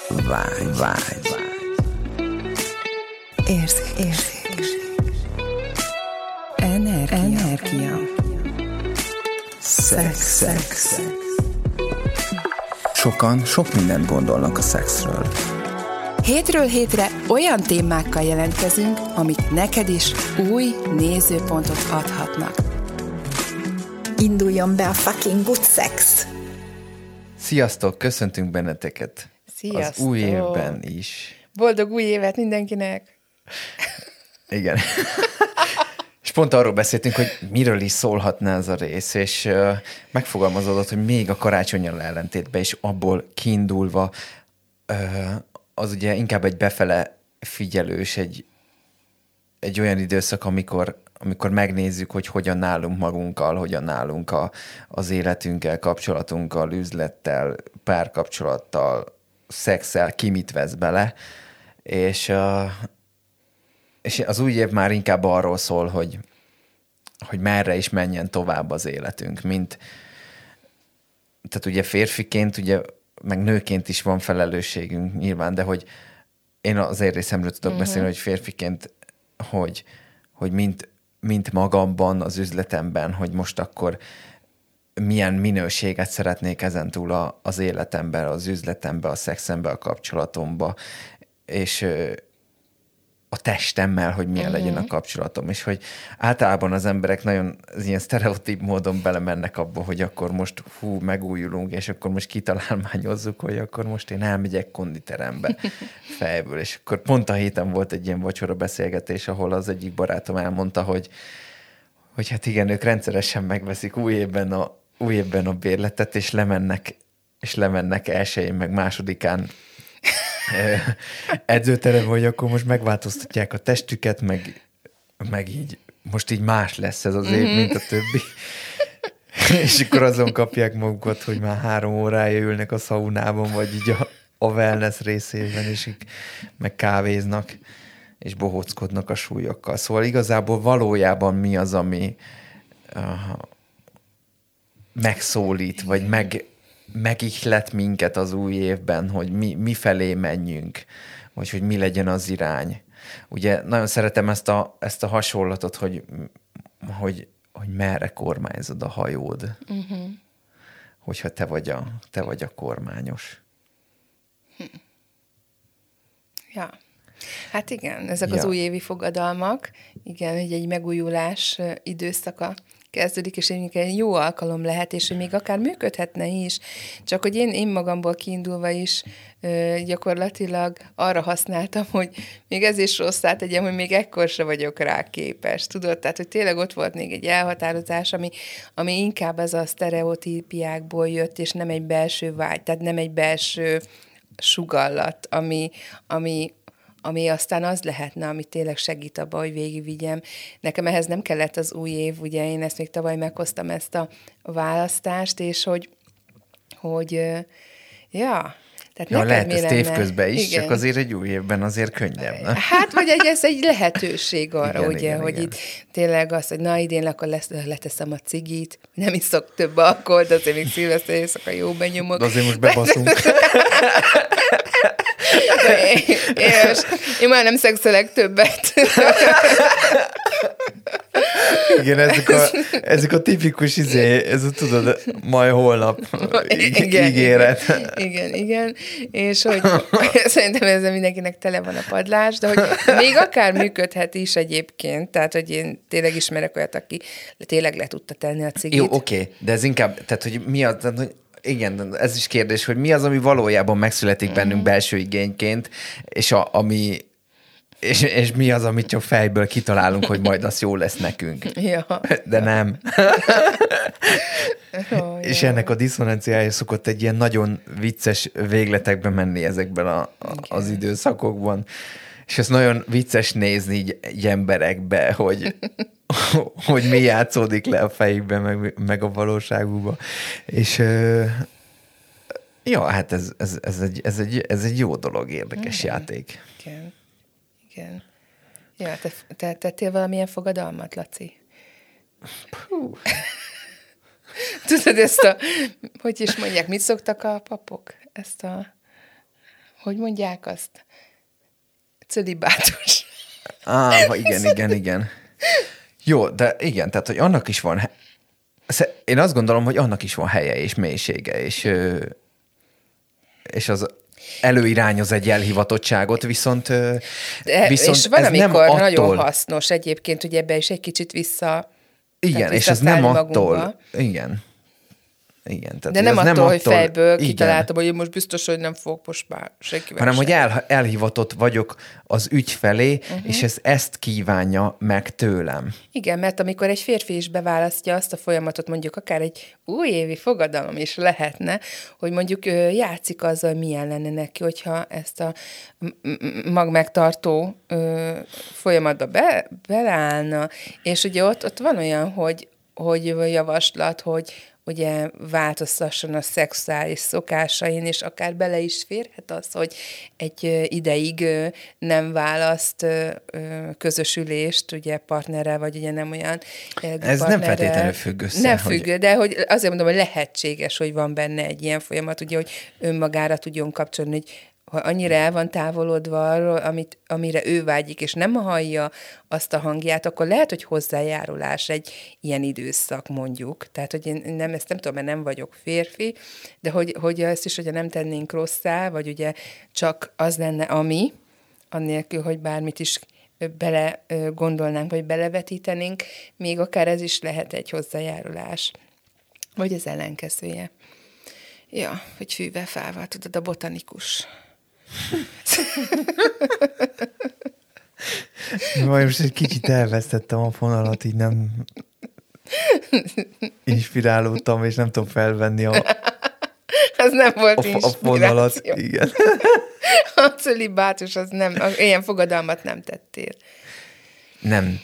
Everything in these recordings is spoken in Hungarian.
Vágy. Érzék. Energia. Szex. Sokan sok mindent gondolnak a szexről. Hétről hétre olyan témákkal jelentkezünk, amik neked is új nézőpontot adhatnak. Induljon be a fucking good sex! Sziasztok, köszöntünk benneteket. Sziasztok! Az új évben is. Boldog új évet mindenkinek! Igen. És pont arról beszéltünk, hogy miről is szólhatna ez a rész, és megfogalmazódott, hogy még a karácsonnyal ellentétben is abból kiindulva az ugye inkább egy befele figyelős, egy olyan időszak, amikor megnézzük, hogy hogyan állunk magunkkal, hogyan állunk az életünkkel, kapcsolatunkkal, üzlettel, párkapcsolattal, szexel, ki mit vesz bele, és az új év már inkább arról szól, hogy merre is menjen tovább az életünk, tehát ugye férfiként, ugye, meg nőként is van felelősségünk nyilván, de hogy én azért részemről tudok beszélni, hogy férfiként, hogy mint magamban, az üzletemben, hogy most akkor milyen minőséget szeretnék ezentúl az életemben, az üzletemben, a szexemben, a kapcsolatomban, és a testemmel, hogy milyen legyen a kapcsolatom, és hogy általában az emberek nagyon ilyen sztereotíp módon belemennek abba, hogy akkor most megújulunk, és akkor most kitalálmányozzuk, hogy akkor most én elmegyek konditerembe fejből, és akkor pont a héten volt egy ilyen vacsora beszélgetés, ahol az egyik barátom elmondta, hogy hát igen, ők rendszeresen megveszik új évben a bérletet, és lemennek elsőjén, meg másodikán edzőterem, hogy akkor most megváltoztatják a testüket, meg így, most így más lesz ez az év, mint a többi. És akkor azon kapják magukat, hogy már 3 órája ülnek a szaunában, vagy így a wellness részében, és így meg kávéznak, és bohóckodnak a súlyokkal. Szóval igazából valójában mi az, ami megszólít, vagy megihlet minket az új évben, hogy mi felé menjünk, vagy hogy mi legyen az irány. Ugye nagyon szeretem ezt a hasonlatot, hogy merre kormányzod a hajód, hogyha te vagy a kormányos. Ja. Hát igen, ezek az újévi fogadalmak, igen, hogy egy megújulás időszaka kezdődik, és egy jó alkalom lehet, és hogy még akár működhetne is, csak hogy én magamból kiindulva is gyakorlatilag arra használtam, hogy még ez is rosszá tegyem, hogy még ekkor se vagyok rá képes, tudod? Tehát, hogy tényleg ott volt még egy elhatározás, ami inkább ez a sztereotípiákból jött, és nem egy belső vágy, tehát nem egy belső sugallat, ami aztán az lehetne, ami tényleg segít abba, hogy végigvigyem. Nekem ehhez nem kellett az új év, ugye én ezt még tavaly meghoztam ezt a választást, és tehát lehet ezt évközben is, igen. Csak azért egy új évben azért könnyebb, ne? Hát, vagy ez egy lehetőség arra, igen, ugye, hogy igen. itt tényleg az, hogy na idén akkor leteszem a cigit, nem iszok több alkoholt, azért még szilveszter éjszaka jó benyomok. De azért most bebaszunk. Én már nem szexelek többet. Igen, ezek a tipikus tudod, majd holnap ígéret. Igen. És hogy szerintem ezzel mindenkinek tele van a padlás, de hogy még akár működhet is egyébként, tehát, hogy én tényleg ismerek olyat, aki tényleg le tudta tenni a cigit. Jó, oké, de ez inkább, tehát, hogy mi az, tehát, hogy igen, ez is kérdés, hogy mi az, ami valójában megszületik bennünk belső igényként, és mi az, amit csak fejből kitalálunk, hogy majd az jó lesz nekünk. Ja. De nem. És ennek a diszonanciája szokott egy ilyen nagyon vicces végletekbe menni ezekben az időszakokban. És ez nagyon vicces nézni így emberekbe, hogy mi játszódik le a fejükben, meg a valóságukban. És hát ez egy jó dolog, érdekes játék. Igen. Ja, te tettél valamilyen fogadalmat, Laci? Tudod ezt hogy is mondják, mit szoktak a papok? Ezt a hogy mondják azt? Cölibátus. Igen. Jó, de igen, tehát, hogy annak is van, én azt gondolom, hogy annak is van helye és mélysége, és az előirányoz egy elhivatottságot, viszont és van, amikor nagyon hasznos egyébként, hogy ebbe is egy kicsit vissza. Igen, és ez nem attól. Igen. Tehát de nem attól, hogy fejből kitaláltam, hogy én most biztos, hogy nem fogok most már senkivel hanem, hogy elhivatott vagyok az ügy felé, és ezt kívánja meg tőlem. Igen, mert amikor egy férfi is beválasztja azt a folyamatot, mondjuk akár egy újévi fogadalom is lehetne, hogy mondjuk játszik azzal, milyen lenne neki, hogyha ezt a magmegtartó folyamatba beleállna, és ugye ott van olyan, hogy javaslat, hogy ugye változtasson a szexuális szokásain, és akár bele is férhet az, hogy egy ideig nem választ közösülést, ugye partnerrel, vagy ugye nem olyan ez nem feltétlenül függ össze. Nem függ, de hogy azért mondom, hogy lehetséges, hogy van benne egy ilyen folyamat, ugye, hogy önmagára tudjon kapcsolni, hogy ha annyira el van távolodva arról, amire ő vágyik, és nem hallja azt a hangját, akkor lehet, hogy hozzájárulás egy ilyen időszak, mondjuk. Tehát, hogy én ezt nem tudom, mert nem vagyok férfi, de hogy ezt is, hogyha nem tennénk rosszá, vagy ugye csak az lenne, ami, annélkül, hogy bármit is bele gondolnánk, vagy belevetítenénk, még akár ez is lehet egy hozzájárulás. Vagy az ellenkezője. Ja, hogy fűvel, fával, tudod, a botanikus. Majd most egy kicsit elvesztettem a fonalat, így nem inspirálódtam, és nem tudom felvenni az nem volt a fonalat. Igen. A cölibátus, az nem, ilyen fogadalmat nem tettél. Nem.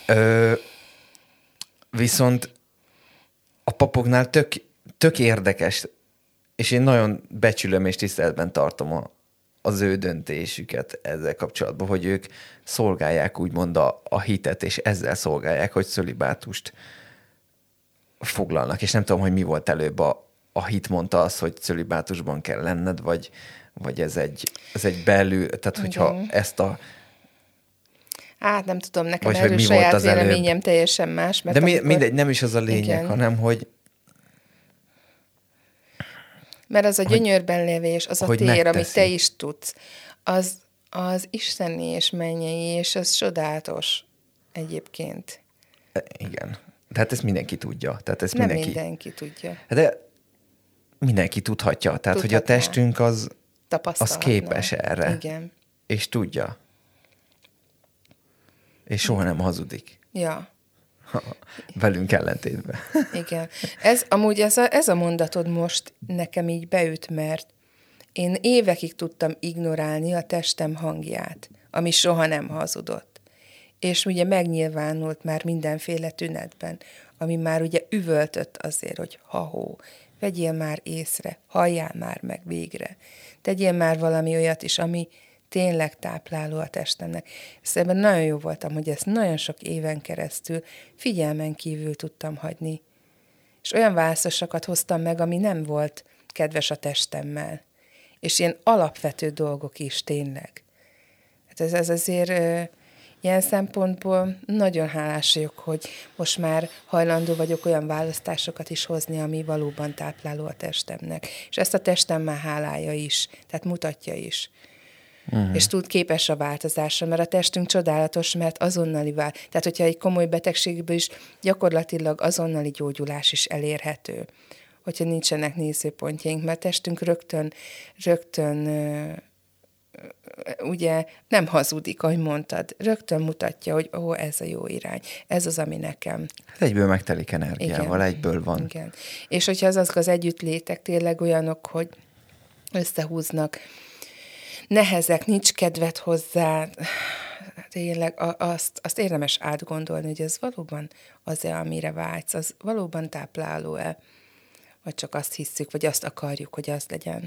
Viszont a papoknál tök érdekes, és én nagyon becsülöm és tiszteletben tartom az ő döntésüket ezzel kapcsolatban, hogy ők szolgálják úgymond a hitet, és ezzel szolgálják, hogy cölibátust foglalnak. És nem tudom, hogy mi volt előbb a hit mondta azt, hogy cölibátusban kell lenned, vagy ez egy belül, tehát hogyha ezt a... Hát nem tudom, nekem erről saját véleményem teljesen más. Mert de mindegy, nem is az a lényeg, igen, hanem hogy mert az a gyönyörben lévés, az a tér, megteszi, amit te is tudsz, az isteni és mennyei, és az csodálatos egyébként. Igen. Tehát ezt mindenki tudja. Tehát ezt nem mindenki tudja. De mindenki tudhatja. Tehát, hogy a testünk az képes erre. Igen. És tudja. És soha nem hazudik. Ja. Velünk ellentétben. Igen. Ez a mondatod most nekem így beüt, mert én évekig tudtam ignorálni a testem hangját, ami soha nem hazudott. És ugye megnyilvánult már mindenféle tünetben, ami már ugye üvöltött azért, hogy ha-hó, vegyél már észre, halljál már meg végre. Tegyél már valami olyat is, ami tényleg tápláló a testemnek. Szerintem nagyon jó voltam, hogy ezt nagyon sok éven keresztül figyelmen kívül tudtam hagyni. És olyan válaszokat hoztam meg, ami nem volt kedves a testemmel. És ilyen alapvető dolgok is tényleg. Hát ez azért ilyen szempontból nagyon hálás vagyok, hogy most már hajlandó vagyok olyan választásokat is hozni, ami valóban tápláló a testemnek. És ezt a testem már hálálja is, tehát mutatja is. Uh-huh. És képes a változásra, mert a testünk csodálatos, mert azonnali tehát hogyha egy komoly betegségből is gyakorlatilag azonnali gyógyulás is elérhető, hogyha nincsenek nézőpontjaink, mert a testünk rögtön ugye nem hazudik, ahogy mondtad, rögtön mutatja, hogy ez a jó irány, ez az, ami nekem. Egyből megtelik energiával, igen, egyből van. Igen. És hogyha azok az együttlétek tényleg olyanok, hogy összehúznak, nehezek, nincs kedved hozzá, tényleg azt érdemes átgondolni, hogy ez valóban az-e, amire vágysz, az valóban tápláló-e, vagy csak azt hiszük, vagy azt akarjuk, hogy az legyen.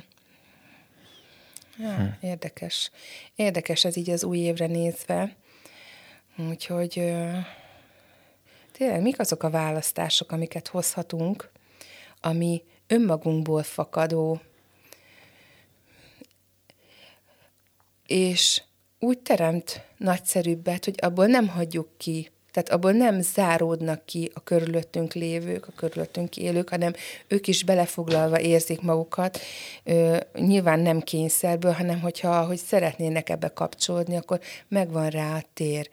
Ja, érdekes. Érdekes ez így az új évre nézve. Úgyhogy tényleg mik azok a választások, amiket hozhatunk, ami önmagunkból fakadó, és úgy teremt nagyszerűbbet, hogy abból nem hagyjuk ki, tehát abból nem záródnak ki a körülöttünk lévők, a körülöttünk élők, hanem ők is belefoglalva érzik magukat, nyilván nem kényszerből, hanem hogy szeretnének ebbe kapcsolódni, akkor megvan rá a tér.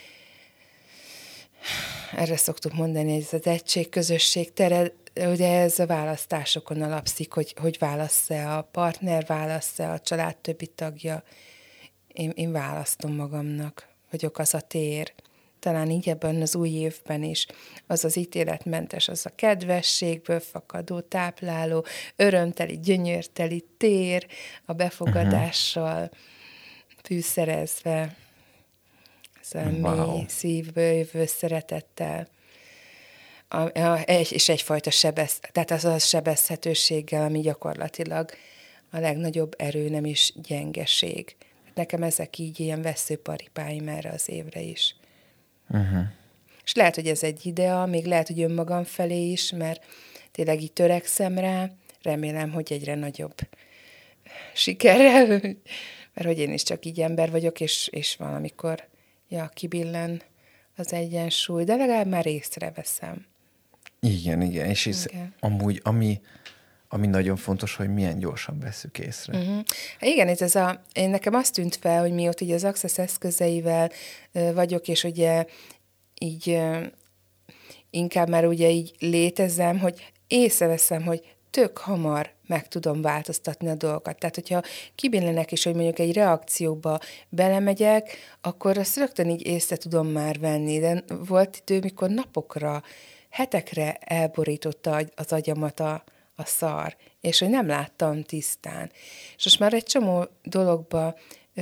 Erre szoktuk mondani, hogy ez az egység, közösség tere, ugye ez a választásokon alapszik, hogy válassz-e a partner, válassz-e a család többi tagja. Én választom magamnak, vagyok az a tér. Talán így ebben az új évben is. Az az ítéletmentes, az a kedvességből fakadó, tápláló, örömteli, gyönyörteli tér, a befogadással fűszerezve, mély szívből jövő szeretettel, és egyfajta tehát az a sebezhetőséggel, ami gyakorlatilag a legnagyobb erő, nem is gyengeség. Nekem ezek így ilyen vesszőparipáim erre az évre is. És lehet, hogy ez egy idea, még lehet, hogy önmagam felé is, mert tényleg így törekszem rá, remélem, hogy egyre nagyobb sikerrel, mert hogy én is csak így ember vagyok, és valamikor kibillen az egyensúly, de legalább már észreveszem. Igen, és igen. Amúgy, ami nagyon fontos, hogy milyen gyorsan vesszük észre. Igen, nekem azt tűnt fel, hogy mióta így az Access eszközeivel vagyok, és ugye így inkább már ugye így létezem, hogy észreveszem, hogy tök hamar meg tudom változtatni a dolgokat. Tehát, hogyha kibillenek is, hogy mondjuk egy reakcióba belemegyek, akkor azt rögtön így észre tudom már venni. De volt idő, mikor napokra, hetekre elborította az agyamat a szar, és hogy nem láttam tisztán. És most már egy csomó dologba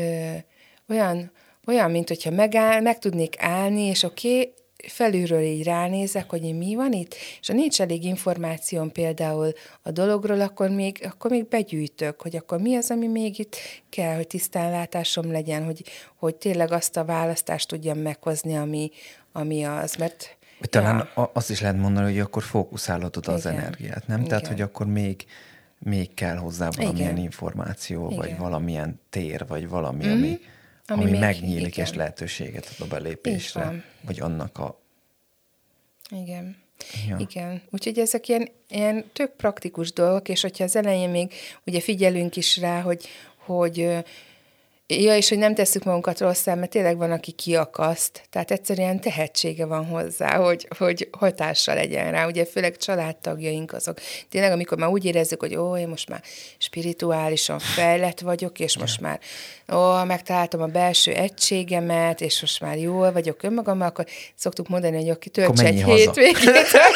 olyan, mint hogyha meg tudnék állni, és felülről így ránézek, hogy mi van itt, és ha nincs elég információm például a dologról, akkor még begyűjtök, hogy akkor mi az, ami még itt kell, hogy tisztánlátásom legyen, hogy tényleg azt a választást tudjam meghozni, ami az, mert talán azt is lehet mondani, hogy akkor fókuszálhatod az energiát, nem? Igen. Tehát, hogy akkor még kell hozzá valamilyen információ, Igen. vagy valamilyen tér, vagy valami, ami megnyílik, és lehetőséget ad a belépésre, vagy annak a... Igen. Ja. Igen. Úgyhogy ezek ilyen tök praktikus dolgok, és hogyha az elején még ugye figyelünk is rá, hogy és hogy nem tesszük magunkat rosszul, mert tényleg van, aki kiakaszt, tehát egyszerűen tehetsége van hozzá, hogy hatással legyen rá. Ugye főleg családtagjaink azok. Tényleg, amikor már úgy érezzük, hogy én most már spirituálisan fejlett vagyok, és most már megtaláltam a belső egységemet, és most már jól vagyok önmagammal, akkor szoktuk mondani, hogy aki töltse egy hétvégét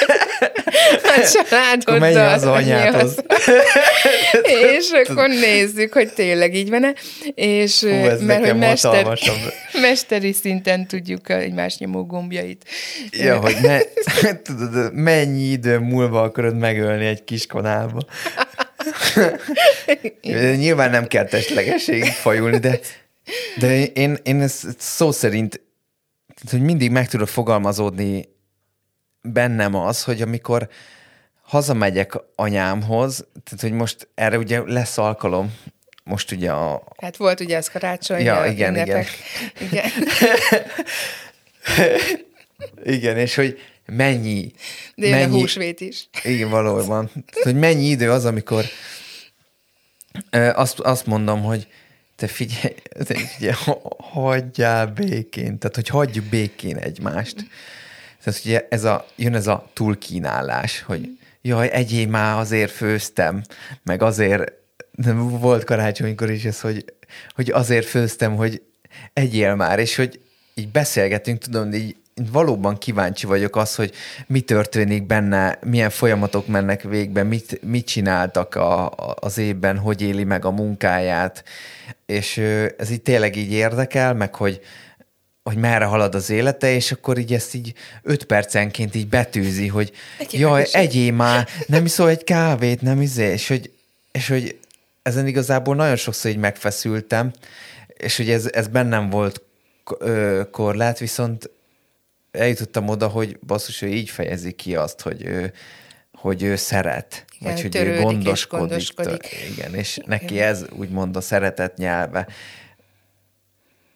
a családoddal. Menj haza anyádhoz. És akkor nézzük, hogy tényleg így van-e. És mert hogy mesteri szinten tudjuk egymás nyomó gombjait. Ja, hogy tudod, mennyi idő múlva akarod megölni egy kis kanálba. Nyilván nem kell testlegességig fajulni, de én ezt szó szerint, hogy mindig meg tudok fogalmazódni bennem az, hogy amikor hazamegyek anyámhoz, tehát hogy most erre ugye lesz alkalom, most ugye Hát volt ugye az karácsony, igen. Igen. Igen, és hogy mennyi... De jön a húsvét is. Igen, valóban. Hogy mennyi idő az, amikor azt mondom, hogy te figyelj, hagyjál békén. Tehát, hogy hagyjuk békén egymást. Tehát ugye jön ez a túlkínálás, hogy jaj, egyéb már azért főztem, meg azért volt karácsonykor is ez, hogy azért főztem, hogy egyél már, és hogy így beszélgetünk, tudom, így valóban kíváncsi vagyok az, hogy mi történik benne, milyen folyamatok mennek végbe, mit csináltak az évben, hogy éli meg a munkáját, és ez így tényleg így érdekel, meg hogy merre halad az élete, és akkor így ezt így 5 percenként így betűzi, hogy jaj, egyél már, nem iszol egy kávét, nem és hogy ezen igazából nagyon sokszor így megfeszültem, és hogy ez bennem volt korlát, viszont eljutottam oda, hogy basszus, ő így fejezi ki azt, hogy ő szeret, igen, vagy hogy ő gondoskodik. Igen, és neki ez úgymond a szeretet nyelve.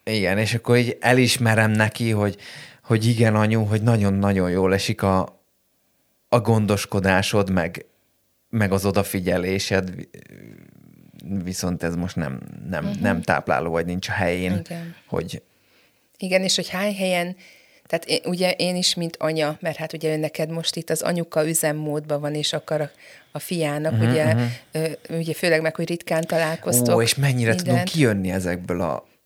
Igen, és akkor így elismerem neki, hogy igen, anyu, hogy nagyon-nagyon jól esik a gondoskodásod, meg az odafigyelésed, viszont ez most nem tápláló, vagy nincs a helyén, Igen. hogy... Igen, és hogy hány helyen, tehát ugye én is, mint anya, mert hát ugye neked most itt az anyuka üzemmódban van, és akar a fiának, ugye főleg meg, hogy ritkán találkoztok. Ó, és mennyire tudunk kijönni ezekből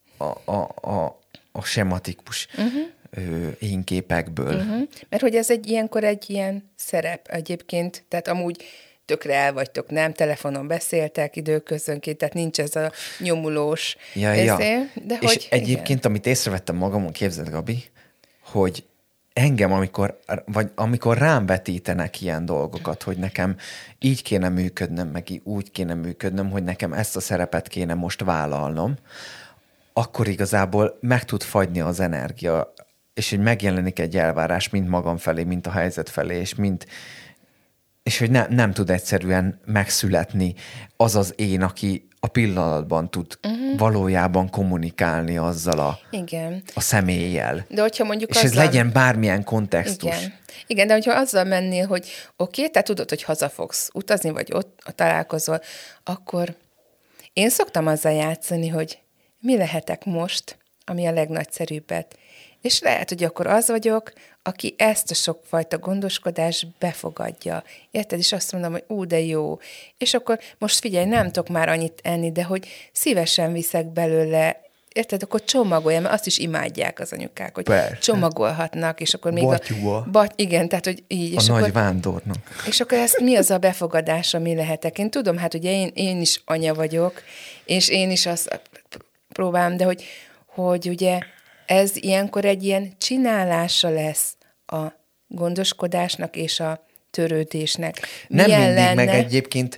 a sematikus énképekből. Mert hogy ez ilyenkor egy ilyen szerep egyébként, tehát amúgy tökre el vagytok, nem? Telefonon beszéltek időközönként, tehát nincs ez a nyomulós de és hogy, egyébként, igen. amit észrevettem magamon, képzeld, Gabi, hogy engem, amikor rám vetítenek ilyen dolgokat, hogy nekem így kéne működnöm, meg úgy kéne működnöm, hogy nekem ezt a szerepet kéne most vállalnom, akkor igazából meg tud fagyni az energia, és hogy megjelenik egy elvárás mind magam felé, mint a helyzet felé, és hogy nem tud egyszerűen megszületni az én, aki a pillanatban tud valójában kommunikálni azzal igen. a személlyel. De hogyha mondjuk és ez legyen bármilyen kontextus. Igen, de hogyha azzal mennél, hogy oké, te tudod, hogy haza fogsz utazni, vagy ott találkozol, akkor én szoktam azzal játszani, hogy mi lehetek most, ami a legnagyszerűbbet. És lehet, hogy akkor az vagyok, aki ezt a sokfajta gondoskodást befogadja. Érted? És azt mondom, hogy de jó. És akkor most figyelj, nem tudok már annyit enni, de hogy szívesen viszek belőle, érted? Akkor csomagoljam, mert azt is imádják az anyukák, hogy csomagolhatnak, és akkor még igen, tehát, hogy így. És nagy vándornak. És akkor ezt mi az a befogadás, ami lehetek? Én tudom, hát ugye én is anya vagyok, és én is azt próbálom, de hogy ugye ez ilyenkor egy ilyen csinálása lesz a gondoskodásnak és a törődésnek. Nem mindig, lenne? Meg egyébként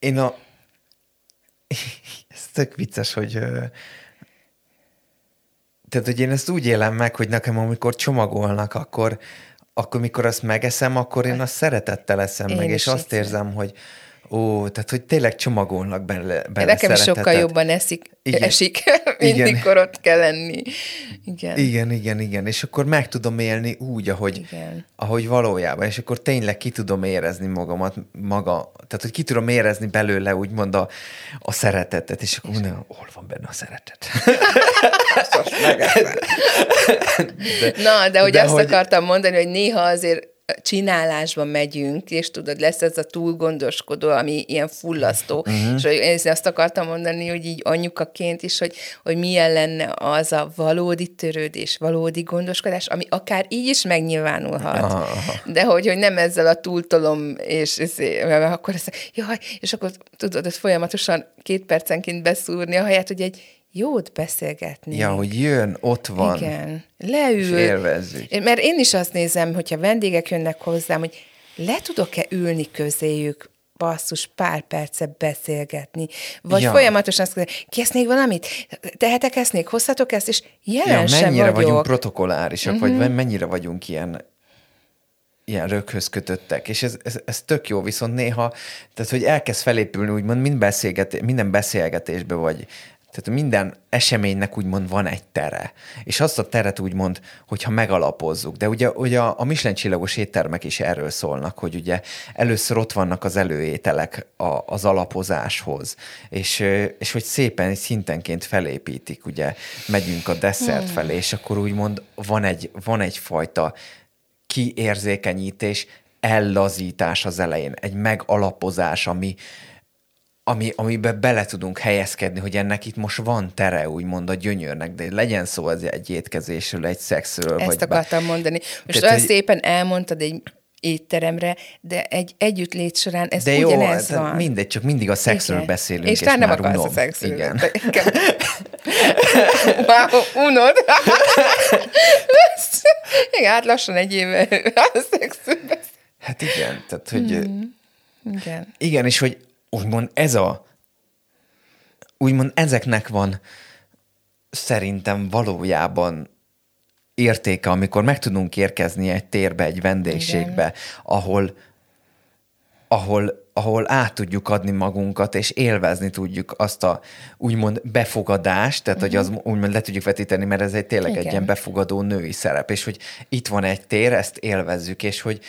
ez tök vicces, hogy tehát, hogy én ezt úgy élem meg, hogy nekem amikor csomagolnak, akkor mikor azt megeszem, akkor én azt szeretettel eszem meg, és azt érzem, hogy tehát, hogy tényleg csomagolnak bele nekem szeretetet. Sokkal jobban esik, mint mikor ott kell lenni. Igen. És akkor meg tudom élni úgy, ahogy valójában, és akkor tényleg ki tudom érezni magamat, tehát, hogy ki tudom érezni belőle úgymond a szeretetet, és akkor mondom, hol van benne a szeretet? De hogy azt akartam mondani, hogy néha azért csinálásban megyünk, és tudod, lesz ez a túlgondoskodó, ami ilyen fullasztó. És én azt akartam mondani, hogy így anyukaként is, hogy milyen lenne az a valódi törődés, valódi gondoskodás, ami akár így is megnyilvánulhat. De hogy nem ezzel a túltolom, és akkor és akkor tudod, ezt folyamatosan 2 percenként beszúrni, ahelyett, hogy egy jót beszélgetni. Ja, hogy jön, ott van. Igen, leül. És élvezzük. Mert én is azt nézem, hogyha vendégek jönnek hozzám, hogy le tudok-e ülni közéjük, basszus, pár percet beszélgetni. Vagy folyamatosan azt mondja, késznék valamit? Tehetek esznék? Hozhatok ezt? És jelen sem mennyire vagyok. Vagyunk protokollárisak, vagy mennyire vagyunk ilyen röghöz kötöttek. És ez tök jó, viszont néha, tehát hogy elkezd felépülni, úgymond minden beszélgetésbe vagy, tehát minden eseménynek úgymond van egy tere. És azt a teret úgymond, hogyha megalapozzuk. De ugye a Michelin-csillagos éttermek is erről szólnak, hogy ugye először ott vannak az előételek az alapozáshoz. És hogy szépen szintenként felépítik, ugye megyünk a desszert felé, és akkor úgymond van egyfajta kiérzékenyítés, ellazítás az elején, egy megalapozás, amiben bele tudunk helyezkedni, hogy ennek itt most van tere, úgymond a gyönyörnek, de legyen szó egy étkezésről, egy szexről. Ezt akartam mondani. Most olyan szépen elmondtad egy étteremre, de egy együttlét során ez de ugyanez jó, van. Mindegy, csak mindig a szexről beszélünk, és már nem akarsz a szexről. Igen. Unod. Igen, hát lassan egy éve a szexről beszélünk. Hát igen, tehát, hogy... Igen. Igen, és hogy úgymond ezeknek van szerintem valójában értéke, amikor meg tudunk érkezni egy térbe, egy vendégségbe, ahol ahol át tudjuk adni magunkat, és élvezni tudjuk azt a úgymond befogadást, tehát hogy az úgymond le tudjuk vetíteni, mert ez tényleg egy ilyen befogadó női szerep, és hogy itt van egy tér, ezt élvezzük, és hogy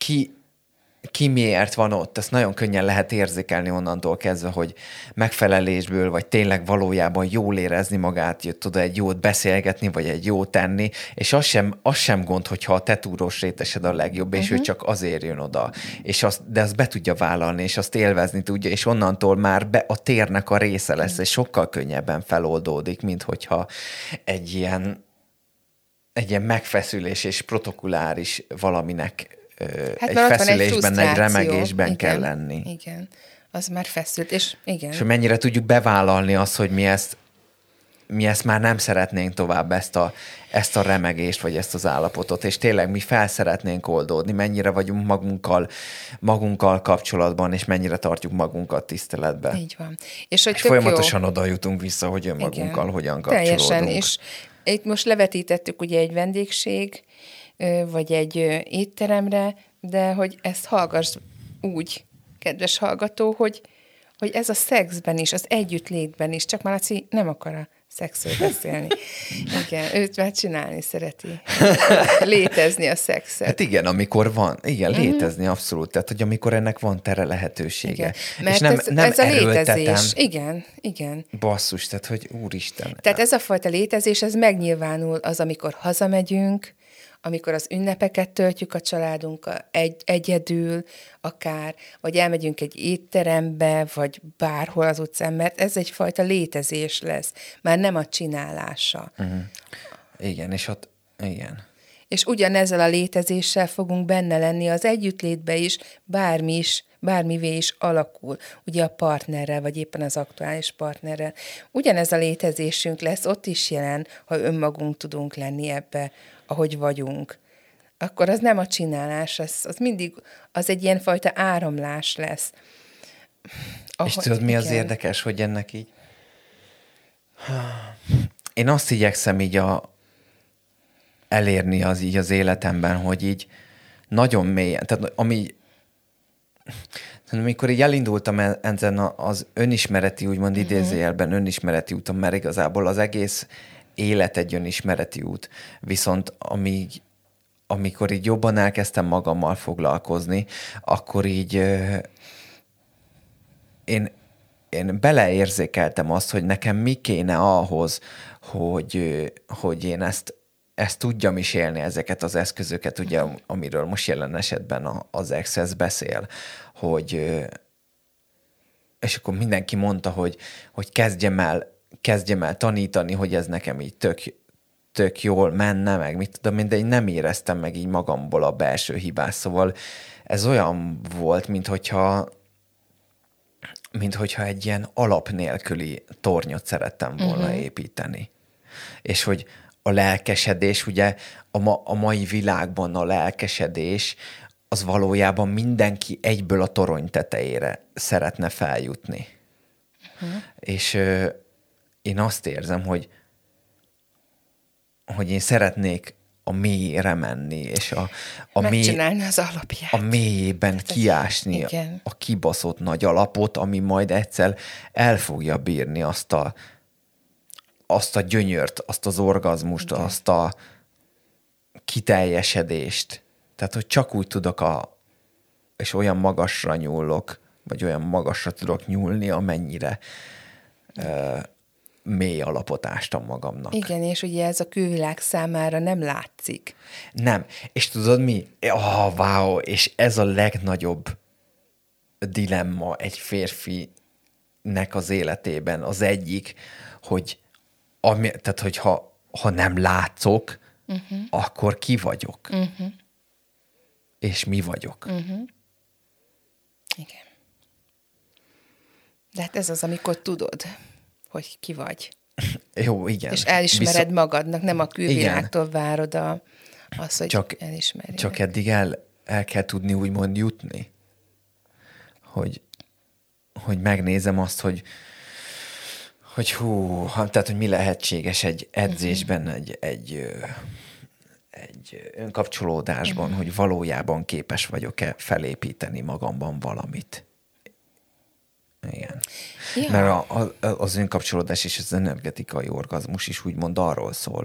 ki miért van ott, ezt nagyon könnyen lehet érzékelni onnantól kezdve, hogy megfelelésből, vagy tényleg valójában jól érezni magát, tud egy jót beszélgetni, vagy egy jót tenni, és az sem gond, hogyha a tetúrós rétesed a legjobb, és ő csak azért jön oda. De azt be tudja vállalni, és azt élvezni tudja, és onnantól már a térnek a része lesz, és sokkal könnyebben feloldódik, mint hogyha egy ilyen megfeszülés és protokolláris valaminek egy feszülésben, egy remegésben kell lenni. Igen, az már feszült, és igen. És mennyire tudjuk bevállalni azt, hogy mi ezt már nem szeretnénk tovább, ezt a remegést, vagy ezt az állapotot, és tényleg mi fel szeretnénk oldódni, mennyire vagyunk magunkkal kapcsolatban, és mennyire tartjuk magunkat tiszteletben. Így van. És folyamatosan oda jutunk vissza, hogy önmagunkkal hogyan kapcsolódunk. Teljesen, és itt most levetítettük ugye egy vendégség, vagy egy étteremre, de hogy ezt hallgass úgy, kedves hallgató, hogy ez a szexben is, az együttlétben is, csak Malaci nem akar a szexről beszélni. Igen, őt már csinálni szereti. Létezni a szexet. Hát igen, amikor van, létezni abszolút, tehát hogy amikor ennek van tere lehetősége. Igen. Mert és nem ez a erőltetem. létezés. Igen. Basszus, tehát hogy úristen. Tehát ez a fajta létezés, ez megnyilvánul az, amikor hazamegyünk, amikor az ünnepeket töltjük a családunkkal egyedül, akár, vagy elmegyünk egy étterembe, vagy bárhol az utcán, mert ez egyfajta létezés lesz, már nem a csinálása. Igen, és ott, igen. És ugyanezzel a létezéssel fogunk benne lenni az együttlétbe is, bármivé is alakul, ugye a partnerrel, vagy éppen az aktuális partnerrel. Ugyanez a létezésünk lesz ott is jelen, ha önmagunk tudunk lenni ebbe, ahogy vagyunk. Akkor az nem a csinálás, az mindig az egy ilyenfajta áramlás lesz. És tudod, mi az érdekes, hogy ennek így... Én azt igyekszem így elérni az életemben, hogy így nagyon mélyen, tehát amikor így elindultam ezen az önismereti, úgymond idézőjelben önismereti úton, mert igazából az egész élet egy önismereti út, viszont amikor így jobban elkezdtem magammal foglalkozni, akkor így én beleérzékeltem azt, hogy nekem mi kéne ahhoz, hogy én ezt tudjam is élni, ezeket az eszközöket, ugye, amiről most jelen esetben az Access beszél, és akkor mindenki mondta, hogy kezdjem el tanítani, hogy ez nekem így tök jól menne, meg mit tudom én, de én nem éreztem meg így magamból a belső hibás. Szóval ez olyan volt, minthogyha egy ilyen alap nélküli tornyot szerettem volna építeni. És hogy a lelkesedés, ugye a mai világban a lelkesedés az valójában mindenki egyből a torony tetejére szeretne feljutni. És én azt érzem, hogy én szeretnék a mélyére menni, és megcsinálni az alapját. A mélyében kiásni a kibaszott nagy alapot, ami majd egyszer el fogja bírni azt a gyönyört, azt az orgazmust, azt a kiteljesedést. Tehát, hogy csak úgy tudok és olyan magasra nyúlok, vagy olyan magasra tudok nyúlni, amennyire mély alapot ástam magamnak. Igen, és ugye ez a külvilág számára nem látszik. Nem. És tudod mi? Wow! És ez a legnagyobb dilemma egy férfinek az életében. Az egyik, tehát, hogy ha nem látszok, akkor ki vagyok? És mi vagyok? Igen. De hát ez az, amikor tudod, hogy ki vagy. Jó, igen. És elismered magadnak, nem a külvilágtól várod azt, hogy elismerjél. Csak eddig el kell tudni úgymond jutni, hogy megnézem azt, hogy tehát, hogy mi lehetséges egy edzésben, egy önkapcsolódásban, hogy valójában képes vagyok-e felépíteni magamban valamit. Igen. Ja. Mert az önkapcsolódás és az energetikai orgazmus is úgymond arról szól,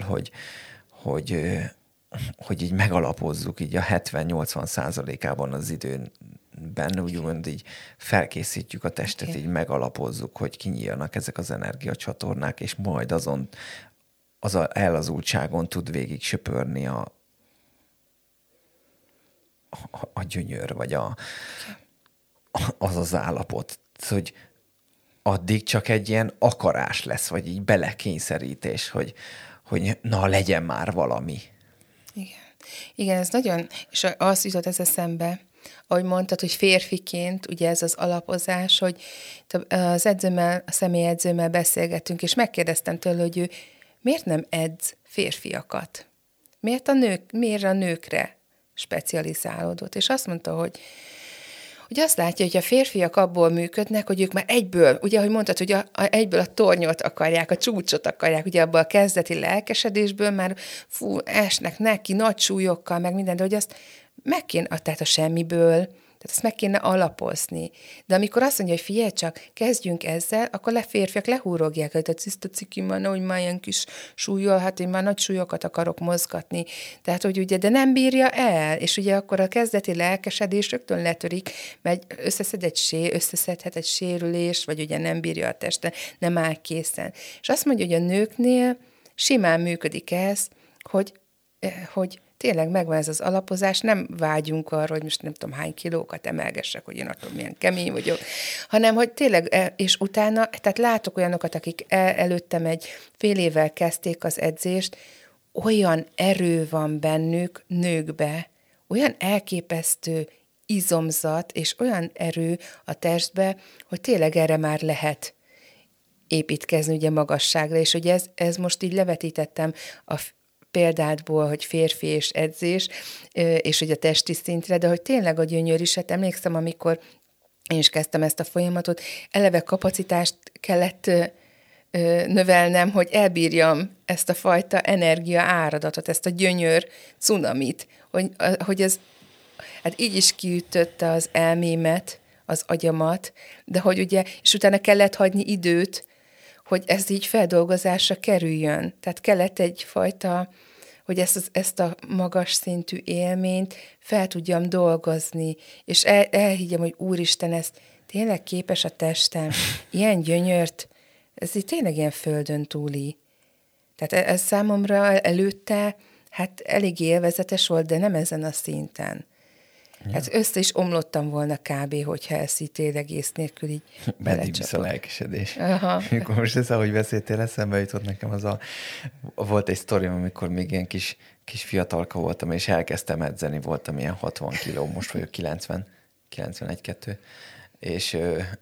hogy így megalapozzuk így a 70-80%-ában az időben, úgymond így felkészítjük a testet, Okay. így megalapozzuk, hogy kinyíljanak ezek az energiacsatornák, és majd azon az elazultságon tud végig söpörni a gyönyör, vagy az állapot, hogy addig csak egy ilyen akarás lesz, vagy így belekényszerítés, hogy na, legyen már valami. Igen. Igen, ez nagyon, és az jutott ez eszembe, ahogy mondtad, hogy férfiként, ugye ez az alapozás, hogy az edzőmmel, a személyedzőmmel beszélgettünk, és megkérdeztem tőle, hogy ő miért nem edz férfiakat? Miért a nőkre specializálódott? És azt mondta, hogy azt látja, hogy a férfiak abból működnek, hogy ők már egyből, ugye, ahogy mondtad, hogy egyből a tornyot akarják, a csúcsot akarják, ugye abból a kezdeti lelkesedésből már esnek neki nagy súlyokkal, meg minden, de hogy azt meg kéne, tehát a semmiből, tehát ezt meg kéne alapozni. De amikor azt mondja, hogy figyelj csak, kezdjünk ezzel, akkor férfiak lehúrogják, hogy a tiszta ciki már, hogy már ilyen kis súlyol, hát én már nagy súlyokat akarok mozgatni. Tehát, hogy ugye, de nem bírja el, és ugye akkor a kezdeti lelkesedés rögtön letörik, mert összeszedhet egy sérülés, vagy ugye nem bírja a teste, nem áll készen. És azt mondja, hogy a nőknél simán működik ez, hogy tényleg megvan ez az alapozás, nem vágyunk arra, hogy most nem tudom hány kilókat emelgessek, hogy én attól milyen kemény vagyok, hanem hogy tényleg, és utána, tehát látok olyanokat, akik előttem egy fél évvel kezdték az edzést, olyan erő van bennük, nőkbe, olyan elképesztő izomzat, és olyan erő a testbe, hogy tényleg erre már lehet építkezni ugye magasságra, és ugye ez most így levetítettem a példádból, hogy férfi és edzés, és hogy a testi szintre, de hogy tényleg a gyönyör is, hát emlékszem, amikor én is kezdtem ezt a folyamatot, eleve kapacitást kellett növelnem, hogy elbírjam ezt a fajta energia áradatot, ezt a gyönyör cunamit, hogy ez hát így is kiütötte az elmémet, az agyamat, de hogy ugye, és utána kellett hagyni időt, hogy ez így feldolgozásra kerüljön. Tehát kellett egyfajta, hogy ezt a magas szintű élményt fel tudjam dolgozni, és elhiggyem, hogy Úristen, ez tényleg képes a testem, ilyen gyönyört, ez így tényleg ilyen földön túli. Tehát ez számomra előtte, hát elég élvezetes volt, de nem ezen a szinten. Ja. Hát össze is omlottam volna kb., hogyha ezt így tényleg ész nélkül így Meddig visz a lelkesedés. Aha. Mikor most ez, ahogy beszéltél, eszembe jutott nekem volt egy sztorim, amikor még ilyen kis fiatalka voltam, és elkezdtem edzeni, voltam ilyen 60 kiló, most vagyok 91-2, és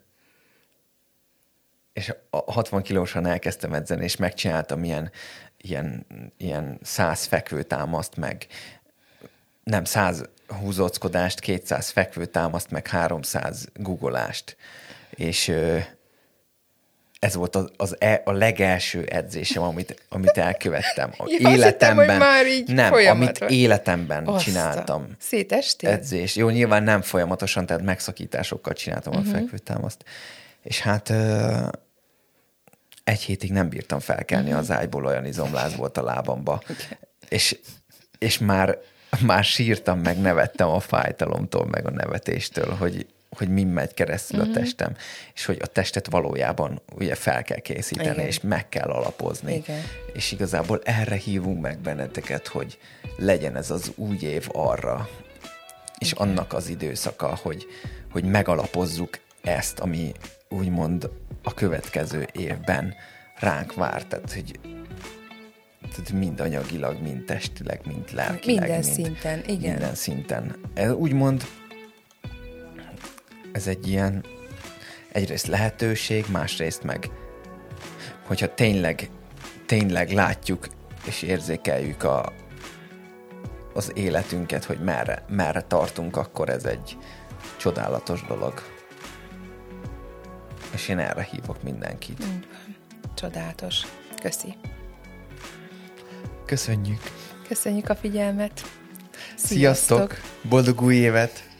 a 60 kilósan elkezdtem edzeni, és megcsináltam ilyen 100 fekvőtámaszt, meg nem 100 húzóckodást, 200 fekvőtámaszt, meg 300 guggolást. És ez volt a legelső edzésem, amit elkövettem. Életemben. Hittem, már így nem, amit életemben csináltam. Szétestél? Edzés. Jó, nyilván nem folyamatosan, tehát megszakításokkal csináltam a fekvőtámaszt. És hát egy hétig nem bírtam felkelni az ágyból, olyan izomláz volt a lábamba. És már sírtam, meg nevettem a fájdalomtól, meg a nevetéstől, hogy min megy keresztül a testem, és hogy a testet valójában ugye fel kell készíteni, igen, és meg kell alapozni. Igen. És igazából erre hívunk meg benneteket, hogy legyen ez az új év arra, és igen, annak az időszaka, hogy megalapozzuk ezt, ami úgymond a következő évben ránk vár. Tehát, hogy mind anyagilag, mind testileg, mind lelkileg. Minden szinten, igen. Minden szinten. Úgymond ez egy ilyen egyrészt lehetőség, másrészt meg, hogyha tényleg látjuk és érzékeljük az életünket, hogy merre tartunk, akkor ez egy csodálatos dolog. És én erre hívok mindenkit. Csodálatos. Köszi. Köszönjük. Köszönjük a figyelmet. Sziasztok! Boldog új évet!